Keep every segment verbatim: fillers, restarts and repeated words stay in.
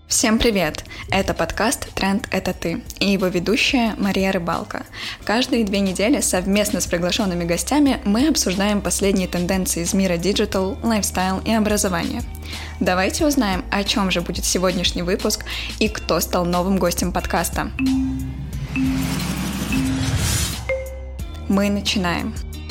Всем привет! Это подкаст «Тренд – это ты» и его ведущая Мария Рыбалка. Каждые две недели совместно с приглашенными гостями мы обсуждаем последние тенденции из мира диджитал, лайфстайл и образования. Давайте узнаем, о чем же будет сегодняшний выпуск и кто стал новым гостем подкаста. Мы начинаем.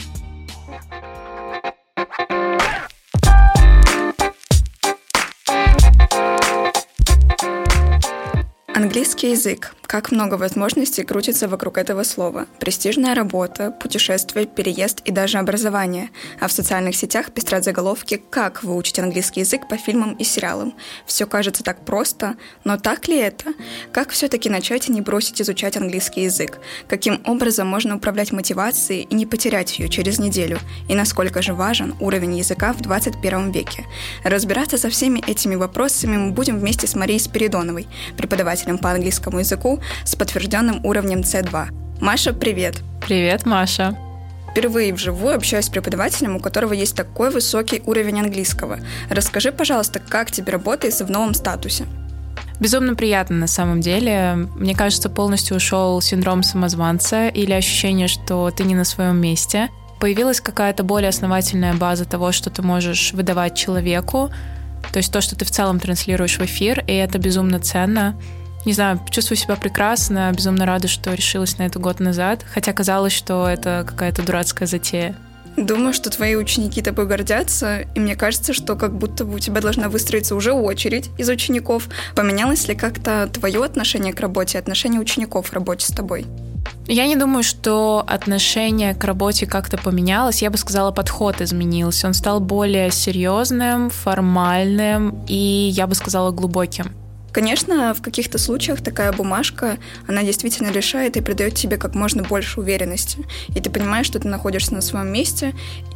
Английский язык. Как много возможностей крутится вокруг этого слова. Престижная работа, путешествия, переезд и даже образование. А в социальных сетях пестрят заголовки «Как выучить английский язык по фильмам и сериалам». Все кажется так просто, но так ли это? Как все-таки начать и не бросить изучать английский язык? Каким образом можно управлять мотивацией и не потерять ее через неделю? И насколько же важен уровень языка в двадцать первом веке? Разбираться со всеми этими вопросами мы будем вместе с Марией Спиридоновой, преподавателем по английскому языку с подтвержденным уровнем си два. Маша, привет! Привет, Маша! Впервые вживую общаюсь с преподавателем, у которого есть такой высокий уровень английского. Расскажи, пожалуйста, как тебе работается в новом статусе? Безумно приятно на самом деле. Мне кажется, полностью ушел синдром самозванца или ощущение, что ты не на своем месте. Появилась какая-то более основательная база того, что ты можешь выдавать человеку, то есть то, что ты в целом транслируешь в эфир, и это безумно ценно. Не знаю, чувствую себя прекрасно, безумно рада, что решилась на это год назад, хотя казалось, что это какая-то дурацкая затея. Думаю, что твои ученики тобой гордятся, и мне кажется, что как будто бы у тебя должна выстроиться уже очередь из учеников. Поменялось ли как-то твое отношение к работе, отношение учеников к работе с тобой? Я не думаю, что отношение к работе как-то поменялось. Я бы сказала, подход изменился. Он стал более серьезным, формальным и, я бы сказала, глубоким. Конечно, в каких-то случаях такая бумажка, она действительно решает и придает тебе как можно больше уверенности. И ты понимаешь, что ты находишься на своем месте,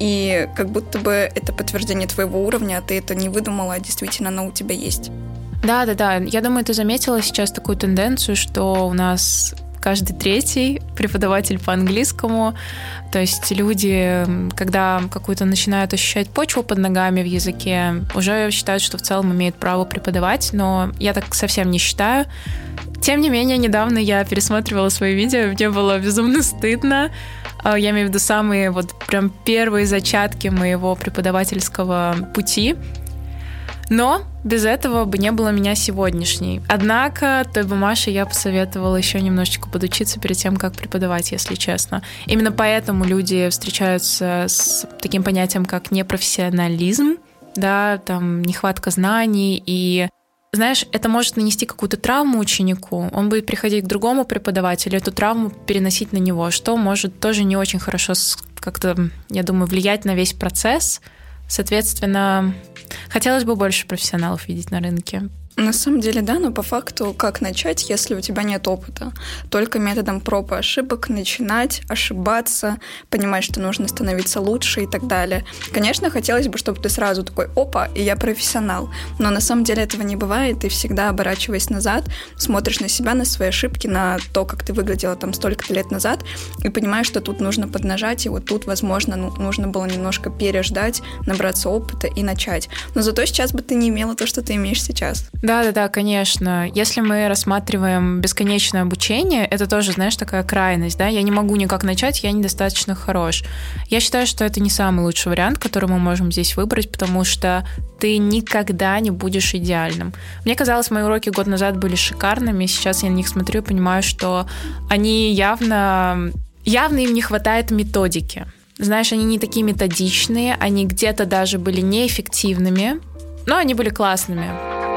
и как будто бы это подтверждение твоего уровня, а ты это не выдумала, а действительно оно у тебя есть. Да-да-да, я думаю, ты заметила сейчас такую тенденцию, что у нас каждый третий преподаватель по английскому. То есть люди, когда какую-то начинают ощущать почву под ногами в языке, уже считают, что в целом имеют право преподавать, но я так совсем не считаю. Тем не менее, недавно я пересматривала свои видео, мне было безумно стыдно. Я имею в виду самые вот прям первые зачатки моего преподавательского пути. Но без этого бы не было меня сегодняшней. Однако той бы Маше я посоветовала еще немножечко подучиться перед тем, как преподавать, если честно. Именно поэтому люди встречаются с таким понятием, как непрофессионализм, да, там нехватка знаний. И, знаешь, это может нанести какую-то травму ученику. Он будет приходить к другому преподавателю, эту травму переносить на него, что может тоже не очень хорошо как-то, я думаю, влиять на весь процесс. Соответственно, хотелось бы больше профессионалов видеть на рынке. На самом деле, да, но по факту, как начать, если у тебя нет опыта? Только методом проб и ошибок начинать, ошибаться, понимать, что нужно становиться лучше и так далее. Конечно, хотелось бы, чтобы ты сразу такой: опа, и я профессионал. Но на самом деле этого не бывает, и всегда, оборачиваясь назад, смотришь на себя, на свои ошибки, на то, как ты выглядела там столько-то лет назад, и понимаешь, что тут нужно поднажать, и вот тут, возможно, ну, нужно было немножко переждать, набраться опыта и начать. Но зато сейчас бы ты не имела то, что ты имеешь сейчас. Да-да-да, конечно. Если мы рассматриваем бесконечное обучение, это тоже, знаешь, такая крайность, да? Я не могу никак начать, я недостаточно хорош. Я считаю, что это не самый лучший вариант, который мы можем здесь выбрать, потому что ты никогда не будешь идеальным. Мне казалось, мои уроки год назад были шикарными, сейчас я на них смотрю и понимаю, что они явно... Явно им не хватает методики. Знаешь, они не такие методичные, они где-то даже были неэффективными, но они были классными.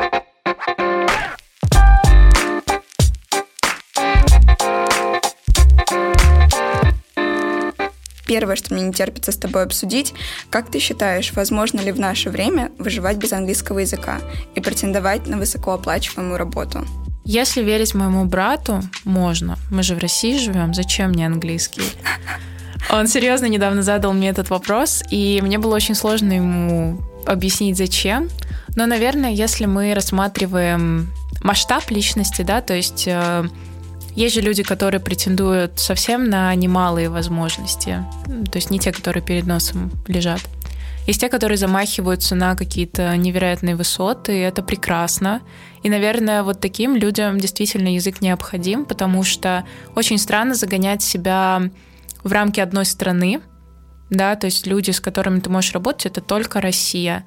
Первое, что мне не терпится с тобой обсудить, как ты считаешь, возможно ли в наше время выживать без английского языка и претендовать на высокооплачиваемую работу? Если верить моему брату, можно. Мы же в России живем, зачем мне английский? Он серьезно недавно задал мне этот вопрос, и мне было очень сложно ему объяснить, зачем. Но, наверное, если мы рассматриваем масштаб личности, да, то есть... Есть же люди, которые претендуют совсем на немалые возможности, то есть не те, которые перед носом лежат. Есть те, которые замахиваются на какие-то невероятные высоты, и это прекрасно. И, наверное, вот таким людям действительно язык необходим, потому что очень странно загонять себя в рамки одной страны, да, то есть люди, с которыми ты можешь работать, это только Россия,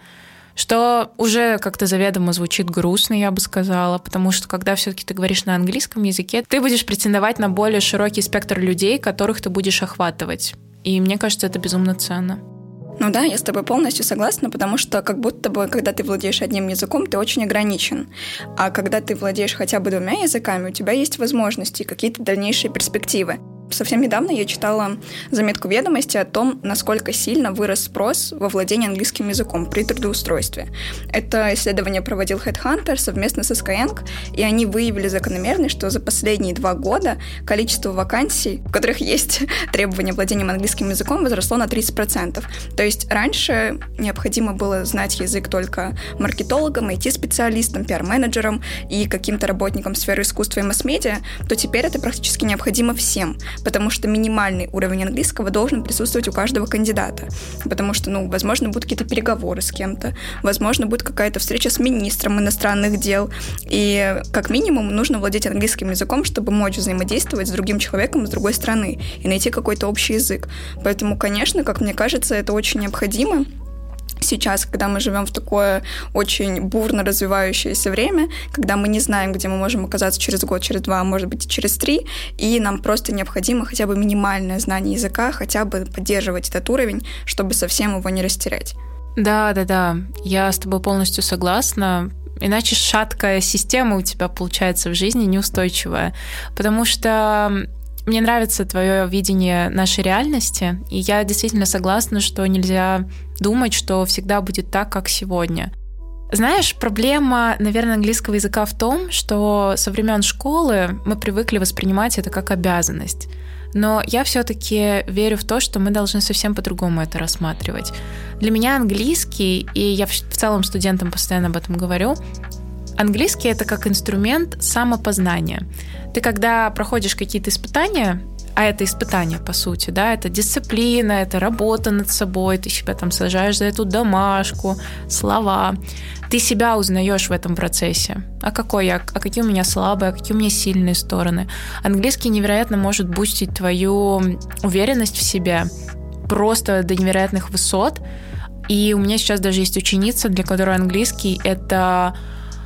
что уже как-то заведомо звучит грустно, я бы сказала, потому что когда все-таки ты говоришь на английском языке, ты будешь претендовать на более широкий спектр людей, которых ты будешь охватывать. И мне кажется, это безумно ценно. Ну да, я с тобой полностью согласна, потому что как будто бы, когда ты владеешь одним языком, ты очень ограничен. А когда ты владеешь хотя бы двумя языками, у тебя есть возможности, какие-то дальнейшие перспективы. Совсем недавно я читала заметку «Ведомости» о том, насколько сильно вырос спрос во владении английским языком при трудоустройстве. Это исследование проводил HeadHunter совместно с Skyeng, и они выявили закономерность, что за последние два года количество вакансий, в которых есть требования владения английским языком, возросло на тридцать процентов. То есть раньше необходимо было знать язык только маркетологам, ай ти-специалистам, пиар-менеджерам и каким-то работникам сферы искусства и масс-медиа, то теперь это практически необходимо всем, потому что минимальный уровень английского должен присутствовать у каждого кандидата, потому что, ну, возможно, будут какие-то переговоры с кем-то, возможно, будет какая-то встреча с министром иностранных дел, и как минимум нужно владеть английским языком, чтобы мочь взаимодействовать с другим человеком из другой страны и найти какой-то общий язык. Поэтому, конечно, как мне кажется, это очень необходимо. Сейчас, когда мы живем в такое очень бурно развивающееся время, когда мы не знаем, где мы можем оказаться через год, через два, может быть, через три, и нам просто необходимо хотя бы минимальное знание языка, хотя бы поддерживать этот уровень, чтобы совсем его не растерять. Да, да, да, я с тобой полностью согласна. Иначе шаткая система у тебя получается в жизни, неустойчивая, потому что мне нравится твое видение нашей реальности, и я действительно согласна, что нельзя думать, что всегда будет так, как сегодня. Знаешь, проблема, наверное, английского языка в том, что со времен школы мы привыкли воспринимать это как обязанность. Но я все-таки верю в то, что мы должны совсем по-другому это рассматривать. Для меня английский, и я в целом студентам постоянно об этом говорю, английский — это как инструмент самопознания. Ты когда проходишь какие-то испытания, а это испытание, по сути, да, это дисциплина, это работа над собой, ты себя там сажаешь за эту домашку, слова, ты себя узнаешь в этом процессе. А какой я, а какие у меня слабые, а какие у меня сильные стороны. Английский невероятно может бустить твою уверенность в себе просто до невероятных высот. И у меня сейчас даже есть ученица, для которой английский — это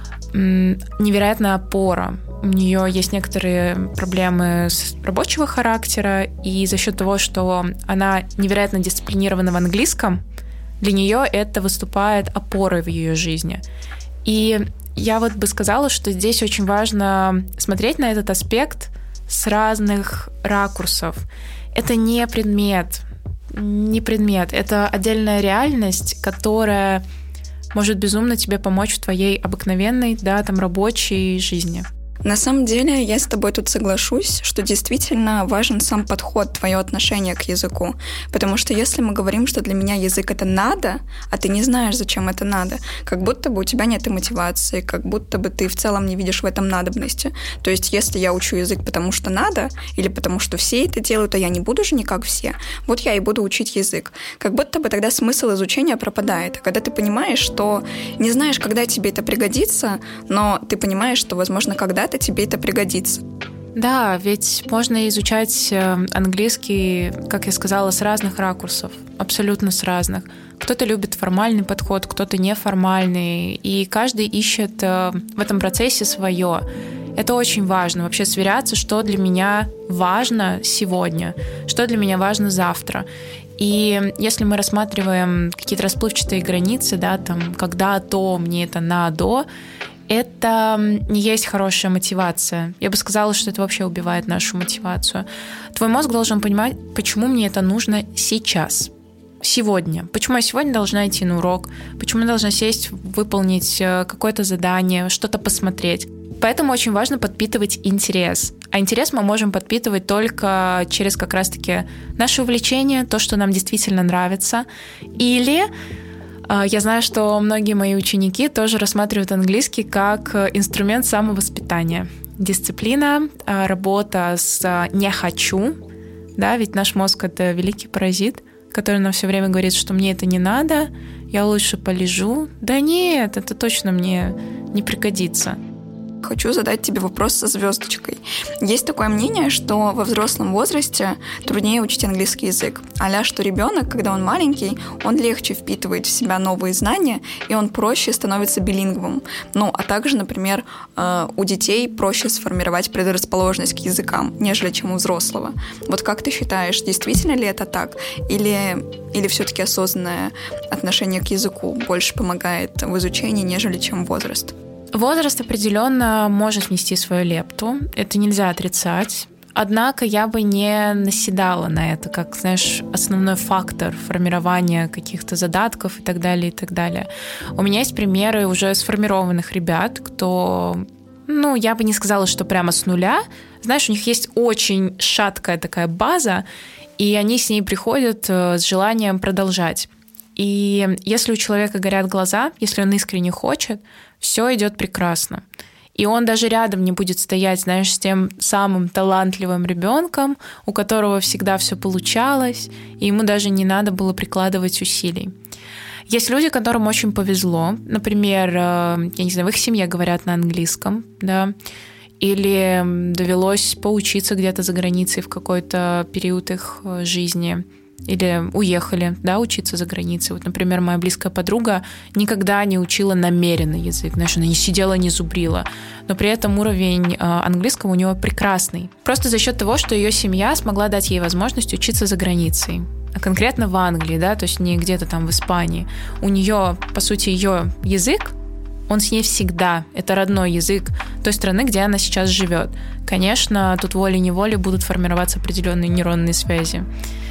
невероятная опора. У нее есть некоторые проблемы рабочего характера, и за счет того, что она невероятно дисциплинирована в английском, для нее это выступает опорой в ее жизни. И я вот бы сказала, что здесь очень важно смотреть на этот аспект с разных ракурсов. Это не предмет, не предмет, это отдельная реальность, которая может безумно тебе помочь в твоей обыкновенной, да, там, рабочей жизни. На самом деле, я с тобой тут соглашусь, что действительно важен сам подход, твое отношение к языку. Потому что если мы говорим, что для меня язык — это надо, а ты не знаешь, зачем это надо, как будто бы у тебя нет и мотивации, как будто бы ты в целом не видишь в этом надобности. То есть, если я учу язык потому что надо, или потому что все это делают, а я не буду же не как все, вот я и буду учить язык. Как будто бы тогда смысл изучения пропадает. А когда ты понимаешь, что не знаешь, когда тебе это пригодится, но ты понимаешь, что, возможно, когда тебе это пригодится. Да, ведь можно изучать английский, как я сказала, с разных ракурсов, абсолютно с разных. Кто-то любит формальный подход, кто-то неформальный, и каждый ищет в этом процессе свое. Это очень важно, вообще сверяться, что для меня важно сегодня, что для меня важно завтра. И если мы рассматриваем какие-то расплывчатые границы, да, там, когда то, мне это надо, это не есть хорошая мотивация. Я бы сказала, что это вообще убивает нашу мотивацию. Твой мозг должен понимать, почему мне это нужно сейчас, сегодня. Почему я сегодня должна идти на урок, почему я должна сесть, выполнить какое-то задание, что-то посмотреть. Поэтому очень важно подпитывать интерес. А интерес мы можем подпитывать только через как раз-таки наше увлечение, то, что нам действительно нравится. Или я знаю, что многие мои ученики тоже рассматривают английский как инструмент самовоспитания. Дисциплина, работа с «не хочу», да, ведь наш мозг — это великий паразит, который нам все время говорит, что мне это не надо, я лучше полежу. Да нет, это точно мне не пригодится. Хочу задать тебе вопрос со звездочкой. Есть такое мнение, что во взрослом возрасте труднее учить английский язык. А-ля, что ребенок, когда он маленький, он легче впитывает в себя новые знания, и он проще становится билингвом. Ну, а также, например, у детей проще сформировать предрасположенность к языкам, нежели чем у взрослого. Вот как ты считаешь, действительно ли это так? Или, или все-таки осознанное отношение к языку больше помогает в изучении, нежели чем возраст? Возраст определенно может внести свою лепту, это нельзя отрицать. Однако я бы не наседала на это, как, знаешь, основной фактор формирования каких-то задатков и так далее, и так далее. У меня есть примеры уже сформированных ребят, кто, ну, я бы не сказала, что прямо с нуля. Знаешь, у них есть очень шаткая такая база, и они с ней приходят с желанием продолжать. И если у человека горят глаза, если он искренне хочет, все идет прекрасно. И он даже рядом не будет стоять, знаешь, с тем самым талантливым ребенком, у которого всегда все получалось, и ему даже не надо было прикладывать усилий. Есть люди, которым очень повезло. Например, я не знаю, в их семье говорят на английском, да, или довелось поучиться где-то за границей в какой-то период их жизни, или уехали, да, учиться за границей. Вот, например, моя близкая подруга никогда не учила намеренно язык, знаешь, она не сидела, не зубрила, но при этом уровень английского у нее прекрасный. Просто за счет того, что ее семья смогла дать ей возможность учиться за границей. А конкретно в Англии, да, то есть не где-то там в Испании. У нее, по сути, ее язык, он с ней всегда. Это родной язык той страны, где она сейчас живет. Конечно, тут волей-неволей будут формироваться определенные нейронные связи.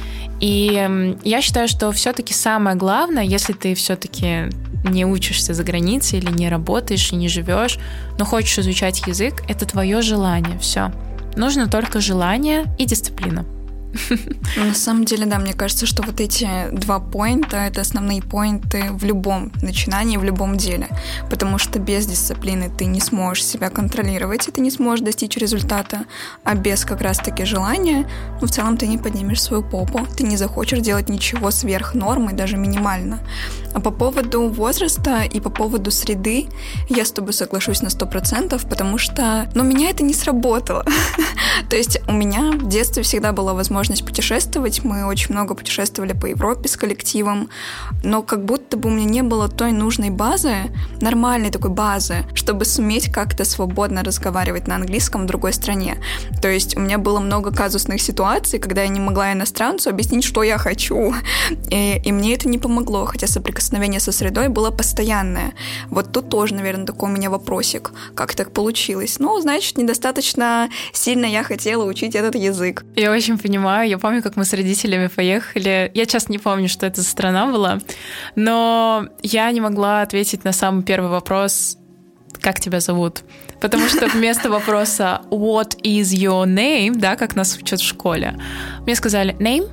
И я считаю, что все-таки самое главное, если ты все-таки не учишься за границей или не работаешь и не живешь, но хочешь изучать язык, это твое желание. Все. Нужно только желание и дисциплина. На самом деле, да, мне кажется, что вот эти два поинта — это основные поинты в любом начинании, в любом деле. Потому что без дисциплины ты не сможешь себя контролировать, и ты не сможешь достичь результата. А без как раз-таки желания, ну, в целом ты не поднимешь свою попу, ты не захочешь делать ничего сверх нормы, даже минимально. А по поводу возраста и по поводу среды я с тобой соглашусь на сто процентов, потому что, ну, у меня это не сработало. То есть у меня в детстве всегда была возможность путешествовать, мы очень много путешествовали по Европе с коллективом, но как будто бы у меня не было той нужной базы, нормальной такой базы, чтобы суметь как-то свободно разговаривать на английском в другой стране. То есть у меня было много казусных ситуаций, когда я не могла иностранцу объяснить, что я хочу, и, и мне это не помогло, хотя соприкосновение со средой было постоянное. Вот тут тоже, наверное, такой у меня вопросик, как так получилось. Ну, значит, недостаточно сильно я хотела учить этот язык. Я очень понимаю. Я помню, как мы с родителями поехали. Я сейчас не помню, что это за страна была, но я не могла ответить на самый первый вопрос, как тебя зовут. Потому что вместо вопроса «What is your name?», да, как нас учат в школе, мне сказали «Name?».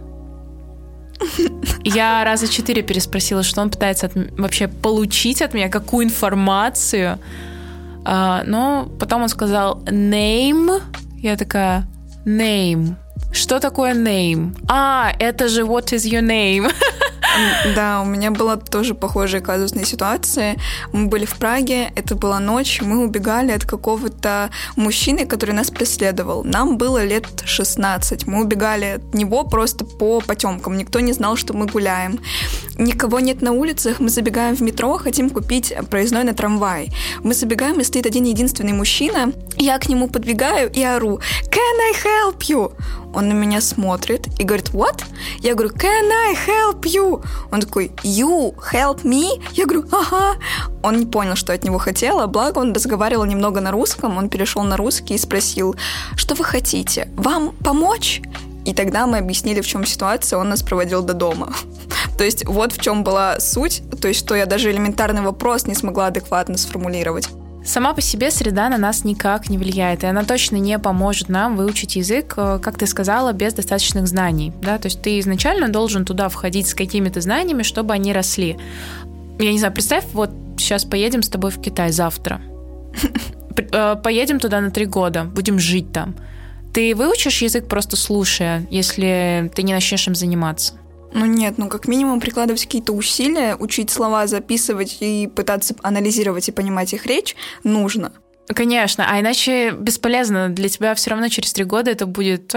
Я раза четыре переспросила, что он пытается от... вообще получить от меня, какую информацию. А, но потом он сказал «Name?». Я такая «Name». Что такое name? А, это же what is your name? Да, у меня была тоже похожая казусная ситуация. Мы были в Праге, это была ночь, мы убегали от какого-то мужчины, который нас преследовал. Нам было лет шестнадцать. Мы убегали от него просто по потемкам. Никто не знал, что мы гуляем. Никого нет на улицах, мы забегаем в метро, хотим купить проездной на трамвай. Мы забегаем, и стоит один единственный мужчина. Я к нему подбегаю и ору: «Can I help you?» Он на меня смотрит и говорит: «What?» Я говорю: «Can I help you?» Он такой: «You help me?» Я говорю: «Ага». Он не понял, что от него хотела, благо он разговаривал немного на русском, он перешел на русский и спросил: «Что вы хотите? Вам помочь?» И тогда мы объяснили, в чем ситуация, он нас проводил до дома. То есть вот в чем была суть, то есть что я даже элементарный вопрос не смогла адекватно сформулировать. Сама по себе среда на нас никак не влияет, и она точно не поможет нам выучить язык, как ты сказала, без достаточных знаний. Да? То есть ты изначально должен туда входить с какими-то знаниями, чтобы они росли. Я не знаю, представь, вот сейчас поедем с тобой в Китай завтра. Поедем туда на три года, будем жить там. Ты выучишь язык просто слушая, если ты не начнешь им заниматься? Ну нет, ну как минимум прикладывать какие-то усилия, учить слова, записывать и пытаться анализировать и понимать их речь нужно. Конечно, а иначе бесполезно. Для тебя все равно через три года это будет...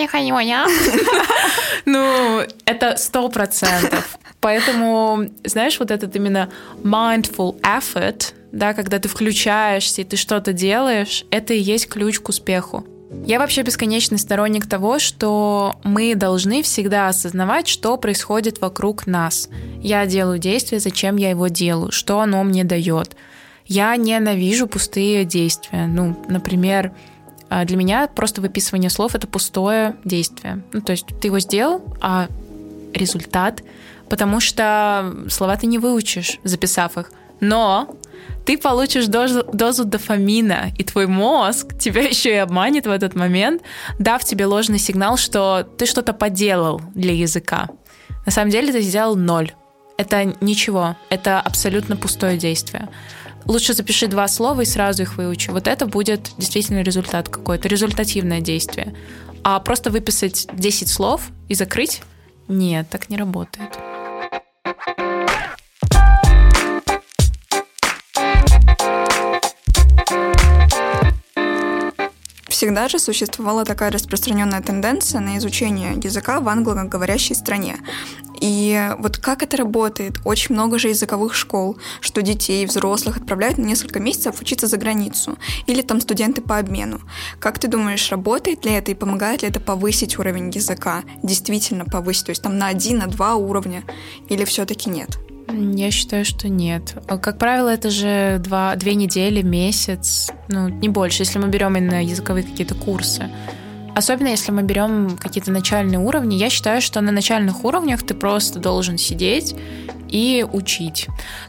Ну, это сто процентов. Поэтому, знаешь, вот этот именно mindful effort, да, когда ты включаешься и ты что-то делаешь, это и есть ключ к успеху. Я вообще бесконечный сторонник того, что мы должны всегда осознавать, что происходит вокруг нас. Я делаю действие, зачем я его делаю, что оно мне дает. Я ненавижу пустые действия. Ну, например, для меня просто выписывание слов — это пустое действие. Ну, то есть ты его сделал, а результат... Потому что слова ты не выучишь, записав их. Но ты получишь дозу, дозу дофамина, и твой мозг тебя еще и обманет в этот момент, дав тебе ложный сигнал, что ты что-то поделал для языка. На самом деле ты сделал ноль. Это ничего, это абсолютно пустое действие. Лучше запиши два слова и сразу их выучи. Вот это будет действительно результат какой-то, результативное действие. А просто выписать десять слов и закрыть? Нет, так не работает. Всегда же существовала такая распространенная тенденция на изучение языка в англоговорящей стране. И вот как это работает? Очень много же языковых школ, что детей, взрослых отправляют на несколько месяцев учиться за границу. Или там студенты по обмену. Как ты думаешь, работает ли это и помогает ли это повысить уровень языка? Действительно повысить? То есть там на один, на два уровня? Или все-таки нет? Я считаю, что нет. Как правило, это же два, две недели, месяц, ну, не больше, если мы берем именно языковые какие-то курсы. Особенно, если мы берем какие-то начальные уровни. Я считаю, что на начальных уровнях ты просто должен сидеть и учить.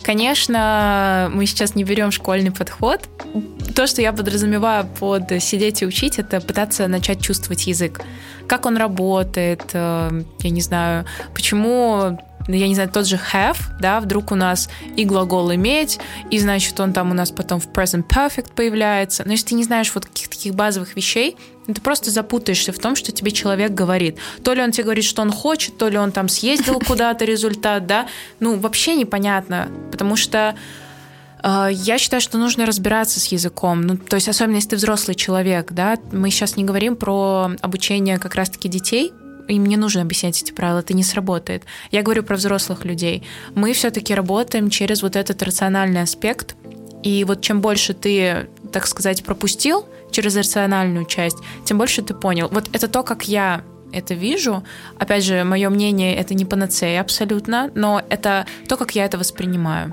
Конечно, мы сейчас не берем школьный подход. То, что я подразумеваю под сидеть и учить, это пытаться начать чувствовать язык. Как он работает, я не знаю, почему... Я не знаю, тот же have, да, вдруг у нас и глагол иметь, и значит, он там у нас потом в present perfect появляется. Но если ты не знаешь вот каких-то таких базовых вещей, ты просто запутаешься в том, что тебе человек говорит. То ли он тебе говорит, что он хочет, то ли он там съездил куда-то, результат, да. Ну, вообще непонятно, потому что э, я считаю, что нужно разбираться с языком. Ну, то есть, особенно если ты взрослый человек, да. Мы сейчас не говорим про обучение как раз-таки детей, им не нужно объяснять эти правила, это не сработает. Я говорю про взрослых людей. Мы все-таки работаем через вот этот рациональный аспект, и вот чем больше ты, так сказать, пропустил через рациональную часть, тем больше ты понял. Вот это то, как я это вижу. Опять же, мое мнение — это не панацея абсолютно, но это то, как я это воспринимаю.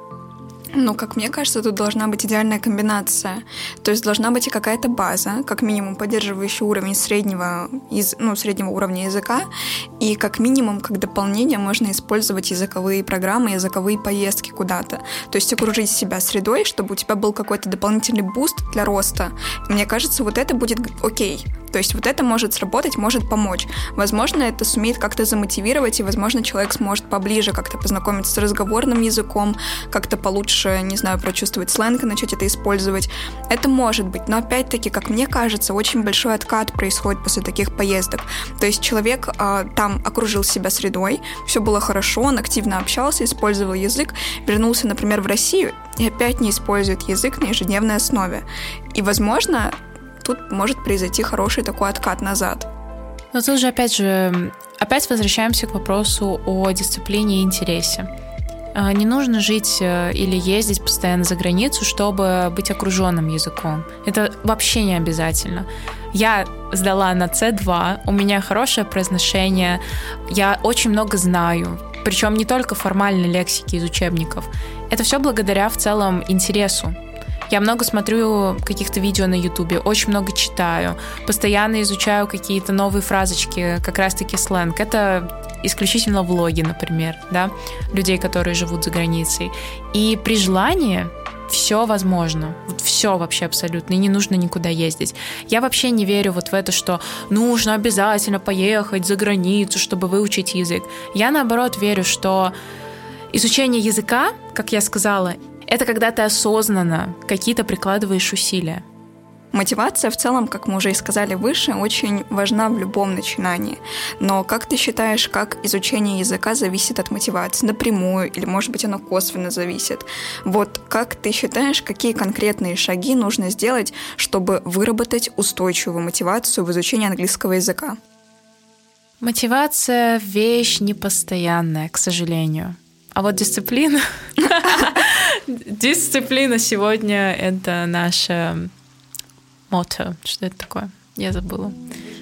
Ну, как мне кажется, тут должна быть идеальная комбинация. То есть должна быть и какая-то база, как минимум поддерживающий уровень среднего, ну, среднего уровня языка, и как минимум, как дополнение, можно использовать языковые программы, языковые поездки куда-то. То есть окружить себя средой, чтобы у тебя был какой-то дополнительный буст для роста. Мне кажется, вот это будет окей. То есть вот это может сработать, может помочь. Возможно, это сумеет как-то замотивировать, и, возможно, человек сможет поближе как-то познакомиться с разговорным языком, как-то получше, не знаю, прочувствовать сленг и начать это использовать. Это может быть, но опять-таки, как мне кажется, очень большой откат происходит после таких поездок. То есть человек а, там окружил себя средой, все было хорошо, он активно общался, использовал язык, вернулся, например, в Россию и опять не использует язык на ежедневной основе. И, возможно, тут может произойти хороший такой откат назад. Но тут же, опять же, опять возвращаемся к вопросу о дисциплине и интересе. Не нужно жить или ездить постоянно за границу, чтобы быть окруженным языком. Это вообще не обязательно. Я сдала на си два, у меня хорошее произношение, я очень много знаю, причем не только формальной лексики из учебников. Это все благодаря в целом интересу. Я много смотрю каких-то видео на Ютубе, очень много читаю, постоянно изучаю какие-то новые фразочки, как раз-таки сленг. Это исключительно влоги, например, да, людей, которые живут за границей. И при желании все возможно. Вот все вообще абсолютно. И не нужно никуда ездить. Я вообще не верю вот в это, что нужно обязательно поехать за границу, чтобы выучить язык. Я, наоборот, верю, что изучение языка, как я сказала, это когда ты осознанно какие-то прикладываешь усилия. Мотивация в целом, как мы уже и сказали выше, очень важна в любом начинании. Но как ты считаешь, как изучение языка зависит от мотивации? Напрямую или, может быть, оно косвенно зависит? Вот как ты считаешь, какие конкретные шаги нужно сделать, чтобы выработать устойчивую мотивацию в изучении английского языка? Мотивация — вещь непостоянная, к сожалению. А вот дисциплина... Дисциплина сегодня — это наше мото. Что это такое? Я забыла.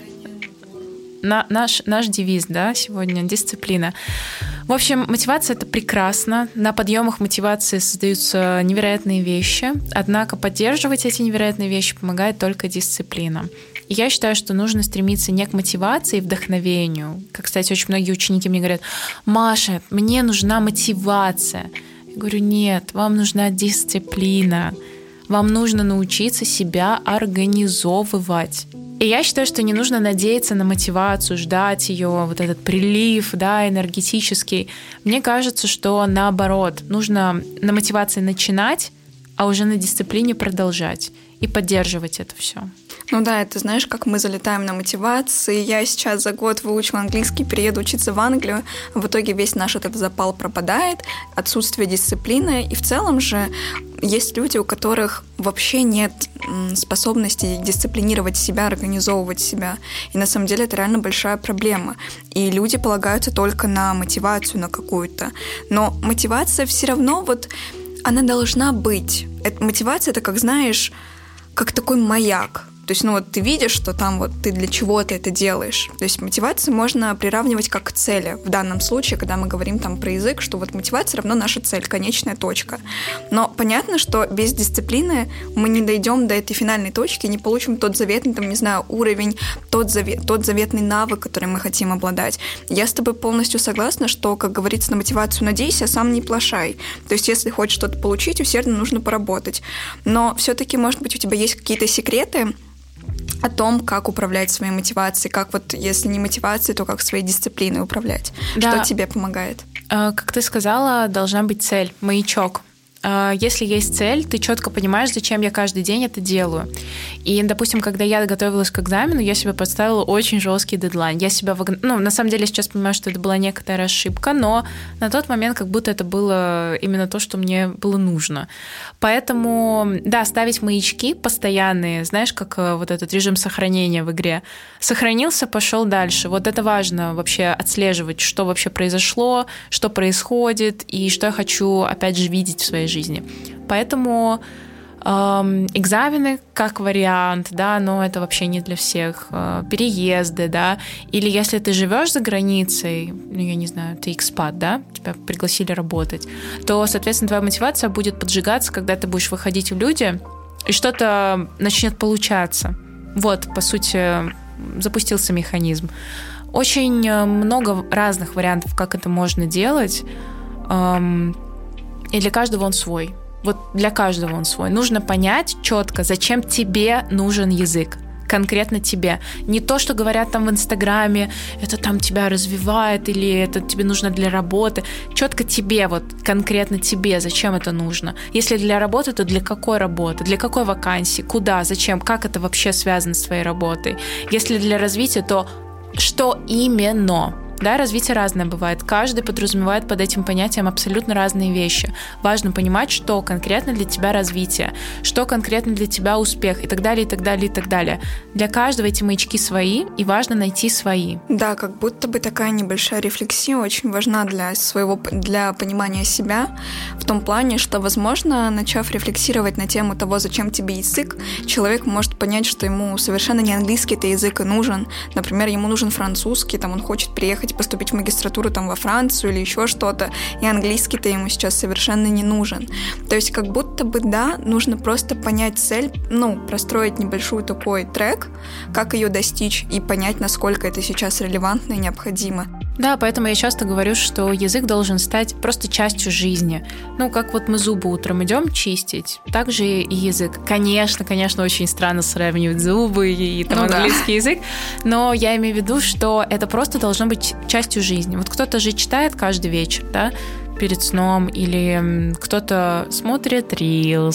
На, наш, наш девиз, да, сегодня — дисциплина. В общем, мотивация — это прекрасно. На подъемах мотивации создаются невероятные вещи. Однако поддерживать эти невероятные вещи помогает только дисциплина. И я считаю, что нужно стремиться не к мотивации и вдохновению. Как, кстати, очень многие ученики мне говорят: «Маша, мне нужна мотивация». Я говорю: нет, вам нужна дисциплина. Вам нужно научиться себя организовывать. И я считаю, что не нужно надеяться на мотивацию, ждать ее, вот этот прилив, да, энергетический. Мне кажется, что наоборот, нужно на мотивации начинать, а уже на дисциплине продолжать и поддерживать это все. Ну да, это знаешь, как мы залетаем на мотивации. Я сейчас за год выучила английский, перееду учиться в Англию. В итоге весь наш этот запал пропадает, отсутствие дисциплины. И в целом же есть люди, у которых вообще нет способности дисциплинировать себя, организовывать себя. И на самом деле это реально большая проблема. И люди полагаются только на мотивацию, на какую-то. Но мотивация все равно вот, она должна быть. Это, мотивация — это, как знаешь, как такой маяк. То есть, ну вот ты видишь, что там вот ты для чего ты это делаешь. То есть мотивацию можно приравнивать как к цели. В данном случае, когда мы говорим там про язык, что вот мотивация равно наша цель, конечная точка. Но понятно, что без дисциплины мы не дойдем до этой финальной точки, не получим тот заветный, там, не знаю, уровень, тот, завет, тот заветный навык, который мы хотим обладать. Я с тобой полностью согласна, что, как говорится, на мотивацию надейся, сам не плашай. То есть, если хочешь что-то получить, усердно нужно поработать. Но все-таки, может быть, у тебя есть какие-то секреты о том, как управлять своей мотивацией, как вот, если не мотивацией, то как своей дисциплиной управлять. Да. Что тебе помогает? Как ты сказала, должна быть цель, маячок. Если есть цель, ты четко понимаешь, зачем я каждый день это делаю. И, допустим, когда я готовилась к экзамену, я себе поставила очень жесткий дедлайн. Я себя вогн... Ну, на самом деле, я сейчас понимаю, что это была некоторая ошибка, но на тот момент как будто это было именно то, что мне было нужно. Поэтому, да, ставить маячки постоянные, знаешь, как вот этот режим сохранения в игре. Сохранился, пошел дальше. Вот это важно вообще отслеживать, что вообще произошло, что происходит, и что я хочу, опять же, видеть в своей жизни. Поэтому эм, экзамены как вариант, да, но это вообще не для всех. Э, переезды, да, или если ты живешь за границей, ну, я не знаю, ты экспат, да, тебя пригласили работать, то, соответственно, твоя мотивация будет поджигаться, когда ты будешь выходить в люди, и что-то начнет получаться. Вот, по сути, запустился механизм. Очень много разных вариантов, как это можно делать. Эм, И для каждого он свой. Вот для каждого он свой. Нужно понять четко, зачем тебе нужен язык. Конкретно тебе. Не то, что говорят там в Инстаграме, это там тебя развивает, или это тебе нужно для работы. Четко тебе, вот конкретно тебе, зачем это нужно. Если для работы, то для какой работы, для какой вакансии, куда, зачем, как это вообще связано с твоей работой. Если для развития, то что именно? Да, развитие разное бывает. Каждый подразумевает под этим понятием абсолютно разные вещи. Важно понимать, что конкретно для тебя развитие, что конкретно для тебя успех, и так далее, и так далее, и так далее. Для каждого эти маячки свои, и важно найти свои. Да, как будто бы такая небольшая рефлексия очень важна для своего, для понимания себя, в том плане, что, возможно, начав рефлексировать на тему того, зачем тебе язык, человек может понять, что ему совершенно не английский-то язык и нужен. Например, ему нужен французский, там он хочет приехать поступить в магистратуру там во Францию или еще что-то, и английский-то ему сейчас совершенно не нужен. То есть как будто бы, да, нужно просто понять цель, ну, простроить небольшой такой трек, как ее достичь, и понять, насколько это сейчас релевантно и необходимо. Да, поэтому я часто говорю, что язык должен стать просто частью жизни. Ну, как вот мы зубы утром идем чистить, так же и язык. Конечно, конечно, очень странно сравнивать зубы и там, ну, английский да. язык, но я имею в виду, что это просто должно быть частью жизни. Вот кто-то же читает каждый вечер, да, перед сном, или кто-то смотрит Reels,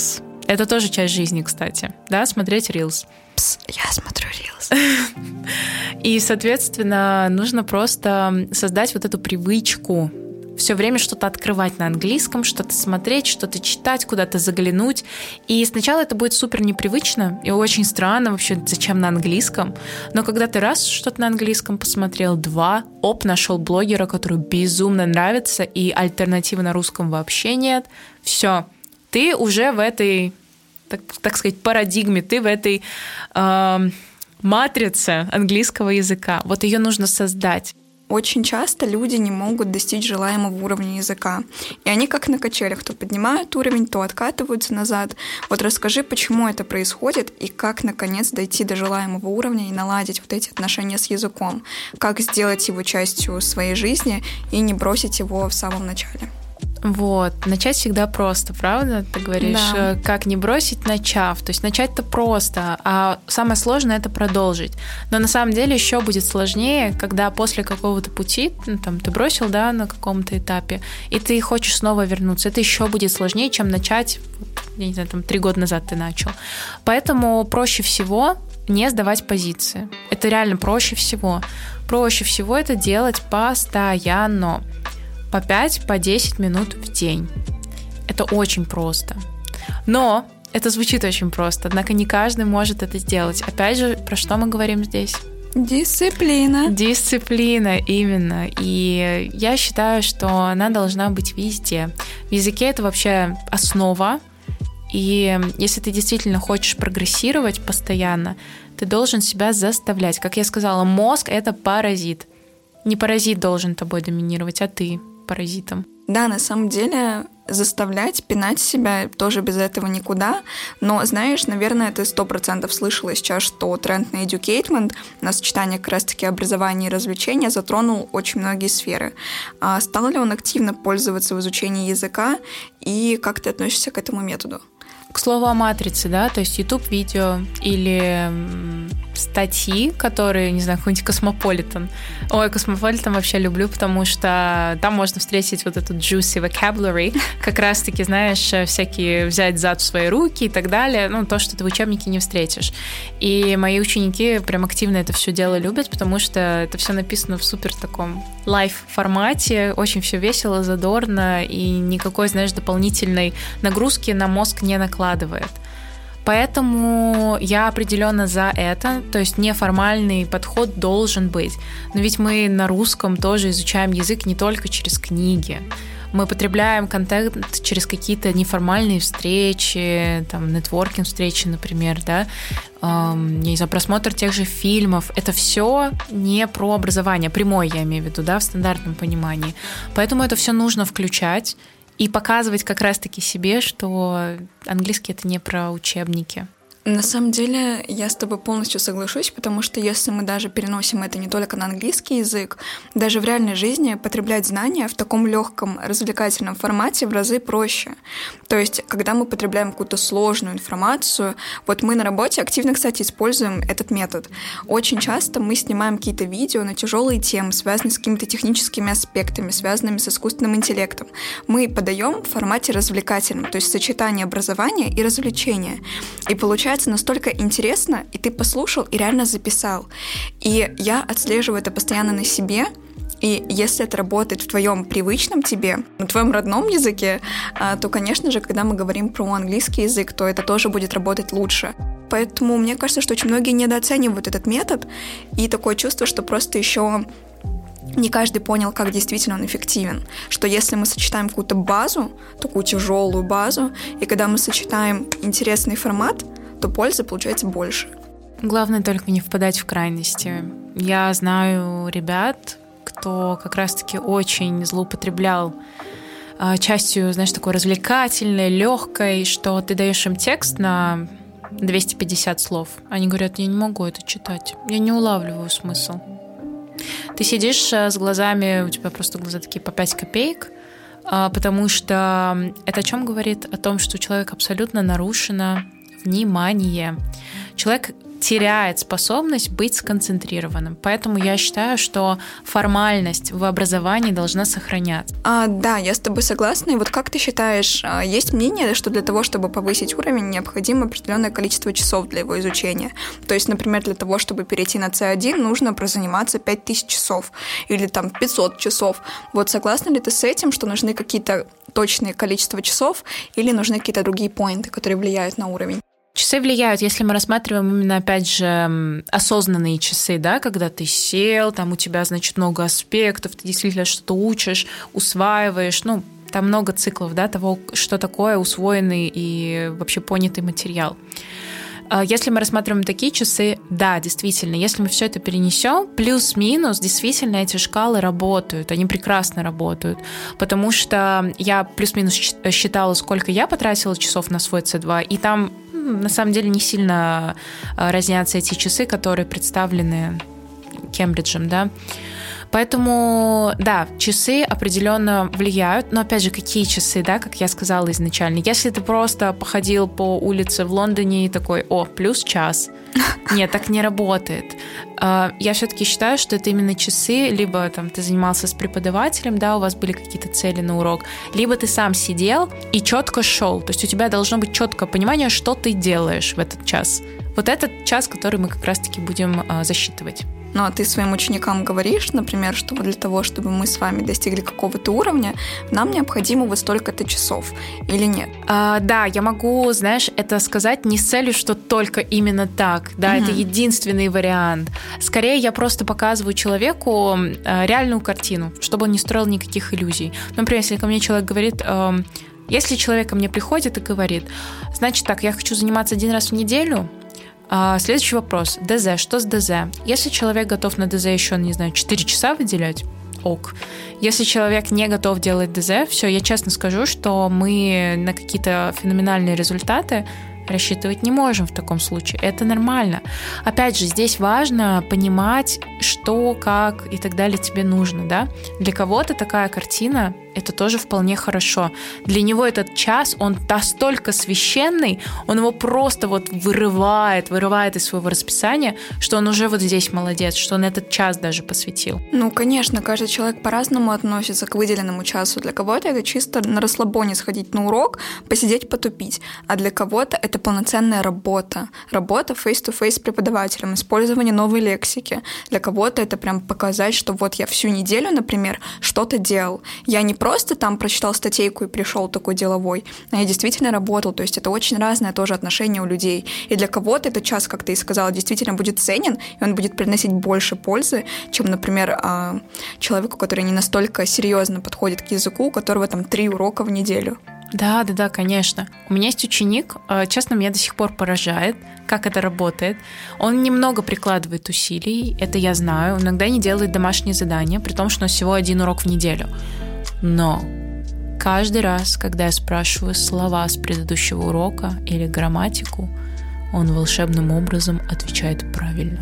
Это тоже часть жизни, кстати, да, смотреть Reels. Пс, я смотрю Reels. И, соответственно, нужно просто создать вот эту привычку все время что-то открывать на английском, что-то смотреть, что-то читать, куда-то заглянуть. И сначала это будет супер непривычно и очень странно вообще, зачем на английском. Но когда ты раз что-то на английском посмотрел, два, оп, нашел блогера, который безумно нравится, и альтернативы на русском вообще нет, все, ты уже в этой, так, так сказать, парадигме, ты в этой э, матрице английского языка. Вот ее нужно создать. Очень часто люди не могут достичь желаемого уровня языка. И они как на качелях, то поднимают уровень, то откатываются назад. Вот расскажи, почему это происходит и как, наконец, дойти до желаемого уровня и наладить вот эти отношения с языком. Как сделать его частью своей жизни и не бросить его в самом начале. Вот, начать всегда просто, правда? Ты говоришь, да. Как не бросить, начав. То есть начать-то просто, а самое сложное — это продолжить. Но на самом деле еще будет сложнее, когда после какого-то пути, ну, там, ты бросил, да, на каком-то этапе, и ты хочешь снова вернуться. Это еще будет сложнее, чем начать, я не знаю, там, три года назад ты начал. Поэтому проще всего не сдавать позиции. Это реально проще всего. Проще всего это делать постоянно. По пять, по десять минут в день. Это очень просто. Но это звучит очень просто, однако не каждый может это сделать. Опять же, про что мы говорим здесь? Дисциплина. Дисциплина, именно. И я считаю, что она должна быть везде. В языке это вообще основа. И если ты действительно хочешь прогрессировать постоянно, ты должен себя заставлять. Как я сказала, мозг — это паразит. Не паразит должен тобой доминировать, а ты паразитом. Да, на самом деле заставлять, пинать себя тоже без этого никуда. Но, знаешь, наверное, ты сто процентов слышала сейчас, что тренд на educatement, на сочетание как раз-таки образования и развлечения затронул очень многие сферы. А стал ли он активно пользоваться в изучении языка, и как ты относишься к этому методу? К слову о матрице, да, то есть YouTube-видео или статьи, которые, не знаю, какой-нибудь Cosmopolitan. Ой, Cosmopolitan вообще люблю, потому что там можно встретить вот эту juicy vocabulary, как раз-таки, знаешь, всякие взять зад в свои руки и так далее, ну, то, что ты в учебнике не встретишь. И мои ученики прям активно это все дело любят, потому что это все написано в супер таком лайф-формате, очень все весело, задорно, и никакой, знаешь, дополнительной нагрузки на мозг не накладывает. Поэтому я определенно за это, то есть неформальный подход должен быть. Но ведь мы на русском тоже изучаем язык не только через книги. Мы потребляем контент через какие-то неформальные встречи, там, нетворкинг-встречи, например, да, эм, не знаю, просмотр тех же фильмов. Это все не про образование, прямое я имею в виду, да, в стандартном понимании. Поэтому это все нужно включать и показывать как раз-таки себе, что английский — это не про учебники. На самом деле я с тобой полностью соглашусь, потому что если мы даже переносим это не только на английский язык, даже в реальной жизни потреблять знания в таком легком развлекательном формате в разы проще. То есть, когда мы потребляем какую-то сложную информацию, вот мы на работе активно, кстати, используем этот метод. Очень часто мы снимаем какие-то видео на тяжелые темы, связанные с какими-то техническими аспектами, связанными с искусственным интеллектом. Мы подаем в формате развлекательном, то есть сочетание образования и развлечения. И получается настолько интересно, и ты послушал и реально записал. И я отслеживаю это постоянно на себе, и если это работает в твоем привычном тебе, на твоем родном языке, то, конечно же, когда мы говорим про английский язык, то это тоже будет работать лучше. Поэтому мне кажется, что очень многие недооценивают этот метод, и такое чувство, что просто еще не каждый понял, как действительно он эффективен. Что если мы сочетаем какую-то базу, такую тяжелую базу, и когда мы сочетаем интересный формат, то пользы получается больше. Главное только не впадать в крайности. Я знаю ребят, кто как раз-таки очень злоупотреблял частью, знаешь, такой развлекательной, легкой, что ты даешь им текст на двести пятьдесят слов. Они говорят: я не могу это читать, я не улавливаю смысл. Ты сидишь с глазами, у тебя просто глаза такие по пять копеек, потому что это о чем говорит? О том, что у человека абсолютно нарушено внимание. Человек теряет способность быть сконцентрированным. Поэтому я считаю, что формальность в образовании должна сохраняться. А, да, я с тобой согласна. И вот как ты считаешь, есть мнение, что для того, чтобы повысить уровень, необходимо определенное количество часов для его изучения? То есть, например, для того, чтобы перейти на си один, нужно прозаниматься пять тысяч часов или там пятьсот часов. Вот согласна ли ты с этим, что нужны какие-то точные количества часов или нужны какие-то другие поинты, которые влияют на уровень? Часы влияют, если мы рассматриваем именно, опять же, осознанные часы, да, когда ты сел, там у тебя, значит, много аспектов, ты действительно что-то учишь, усваиваешь, ну, там много циклов, да, того, что такое усвоенный и вообще понятый материал. Если мы рассматриваем такие часы, да, действительно, если мы все это перенесем, плюс-минус, действительно, эти шкалы работают, они прекрасно работают, потому что я плюс-минус считала, сколько я потратила часов на свой си два, и там на самом деле не сильно разнятся эти часы, которые представлены Кембриджем, да. Поэтому, да, часы определенно влияют, но, опять же, какие часы, да, как я сказала изначально. Если ты просто походил по улице в Лондоне и такой, о, плюс час. Нет, так не работает. Я все-таки считаю, что это именно часы, либо там ты занимался с преподавателем, да, у вас были какие-то цели на урок, либо ты сам сидел и четко шел. То есть у тебя должно быть четкое понимание, что ты делаешь в этот час. Вот этот час, который мы как раз-таки будем засчитывать. Ну, а ты своим ученикам говоришь, например, что для того, чтобы мы с вами достигли какого-то уровня, нам необходимо вот столько-то часов, или нет? А, да, я могу, знаешь, это сказать не с целью, что только именно так, да, угу. Это единственный вариант. Скорее, я просто показываю человеку реальную картину, чтобы он не строил никаких иллюзий. Например, если ко мне человек говорит... Если человек ко мне приходит и говорит, значит так, я хочу заниматься один раз в неделю. Следующий вопрос. ДЗ. Что с ДЗ? Если человек готов на ДЗ еще, не знаю, четыре часа выделять, ок. Если человек не готов делать ДЗ, все, я честно скажу, что мы на какие-то феноменальные результаты рассчитывать не можем в таком случае. Это нормально. Опять же, здесь важно понимать, что, как и так далее тебе нужно, да? Для кого-то такая картина — это тоже вполне хорошо. Для него этот час, он настолько священный, он его просто вот вырывает, вырывает из своего расписания, что он уже вот здесь молодец, что он этот час даже посвятил. Ну, конечно, каждый человек по-разному относится к выделенному часу. Для кого-то это чисто на расслабоне сходить на урок, посидеть, потупить. А для кого-то это полноценная работа. Работа face-to-face с преподавателем, использование новой лексики. Для кого-то это прям показать, что вот я всю неделю, например, что-то делал. Я не просто там прочитал статейку и пришел такой деловой, а я действительно работал. То есть это очень разное тоже отношение у людей. И для кого-то этот час, как ты и сказала, действительно будет ценен, и он будет приносить больше пользы, чем, например, человеку, который не настолько серьезно подходит к языку, у которого там три урока в неделю. Да, да, да, конечно. У меня есть ученик, честно, меня до сих пор поражает, как это работает. Он немного прикладывает усилий, это я знаю, иногда не делает домашние задания, при том, что у нас всего один урок в неделю. Но каждый раз, когда я спрашиваю слова с предыдущего урока или грамматику, он волшебным образом отвечает правильно.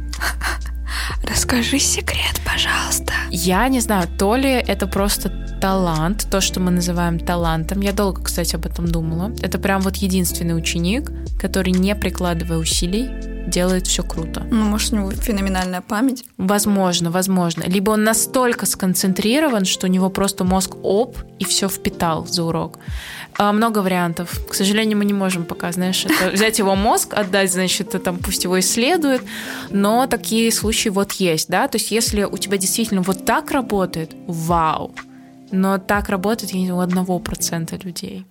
Расскажи секрет, пожалуйста. Я не знаю, то ли это просто талант, то, что мы называем талантом. Я долго, кстати, об этом думала. Это прям вот единственный ученик, который, не прикладывая усилий, делает все круто. Ну, может, у него феноменальная память? Возможно, возможно. Либо он настолько сконцентрирован, что у него просто мозг оп, и все впитал за урок. Много вариантов. К сожалению, мы не можем пока, знаешь, это, взять его мозг, отдать, значит, там, пусть его исследуют, но такие случаи вот есть, да, то есть если у тебя действительно вот так работает, вау, но так работает не у одного процента людей.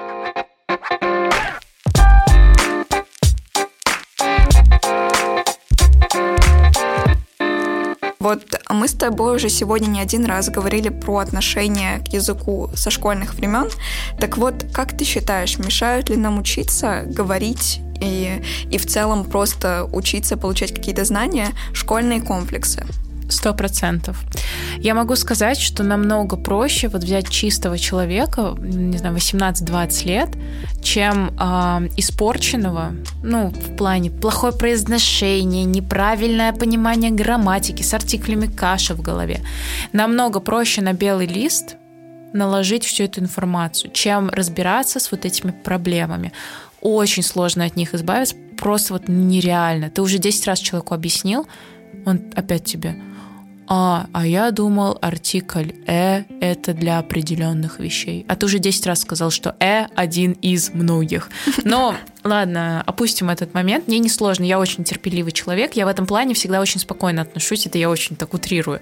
Вот мы с тобой уже сегодня не один раз говорили про отношение к языку со школьных времен. Так вот, как ты считаешь, мешают ли нам учиться, говорить и, и в целом просто учиться, получать какие-то знания, школьные комплексы? Сто процентов. Я могу сказать, что намного проще вот взять чистого человека, не знаю, восемнадцать-двадцать лет, чем э, испорченного, ну, в плане плохое произношение, неправильное понимание грамматики, с артиклями каша в голове. Намного проще на белый лист наложить всю эту информацию, чем разбираться с вот этими проблемами. очень сложно от них избавиться, просто вот нереально. Ты уже десять раз человеку объяснил, он опять тебе: А, а я думал, артикль «э» — это для определенных вещей. А ты уже десять раз сказал, что «э» — один из многих. Но ладно, опустим этот момент. Мне несложно, я очень терпеливый человек. Я в этом плане всегда очень спокойно отношусь. Это я очень так утрирую.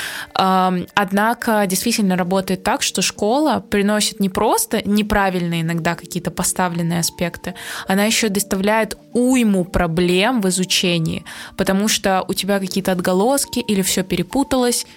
Однако действительно работает так, что школа приносит не просто неправильные иногда какие-то поставленные аспекты, она еще доставляет уйму проблем в изучении, потому что у тебя какие-то отголоски или все перепуталось,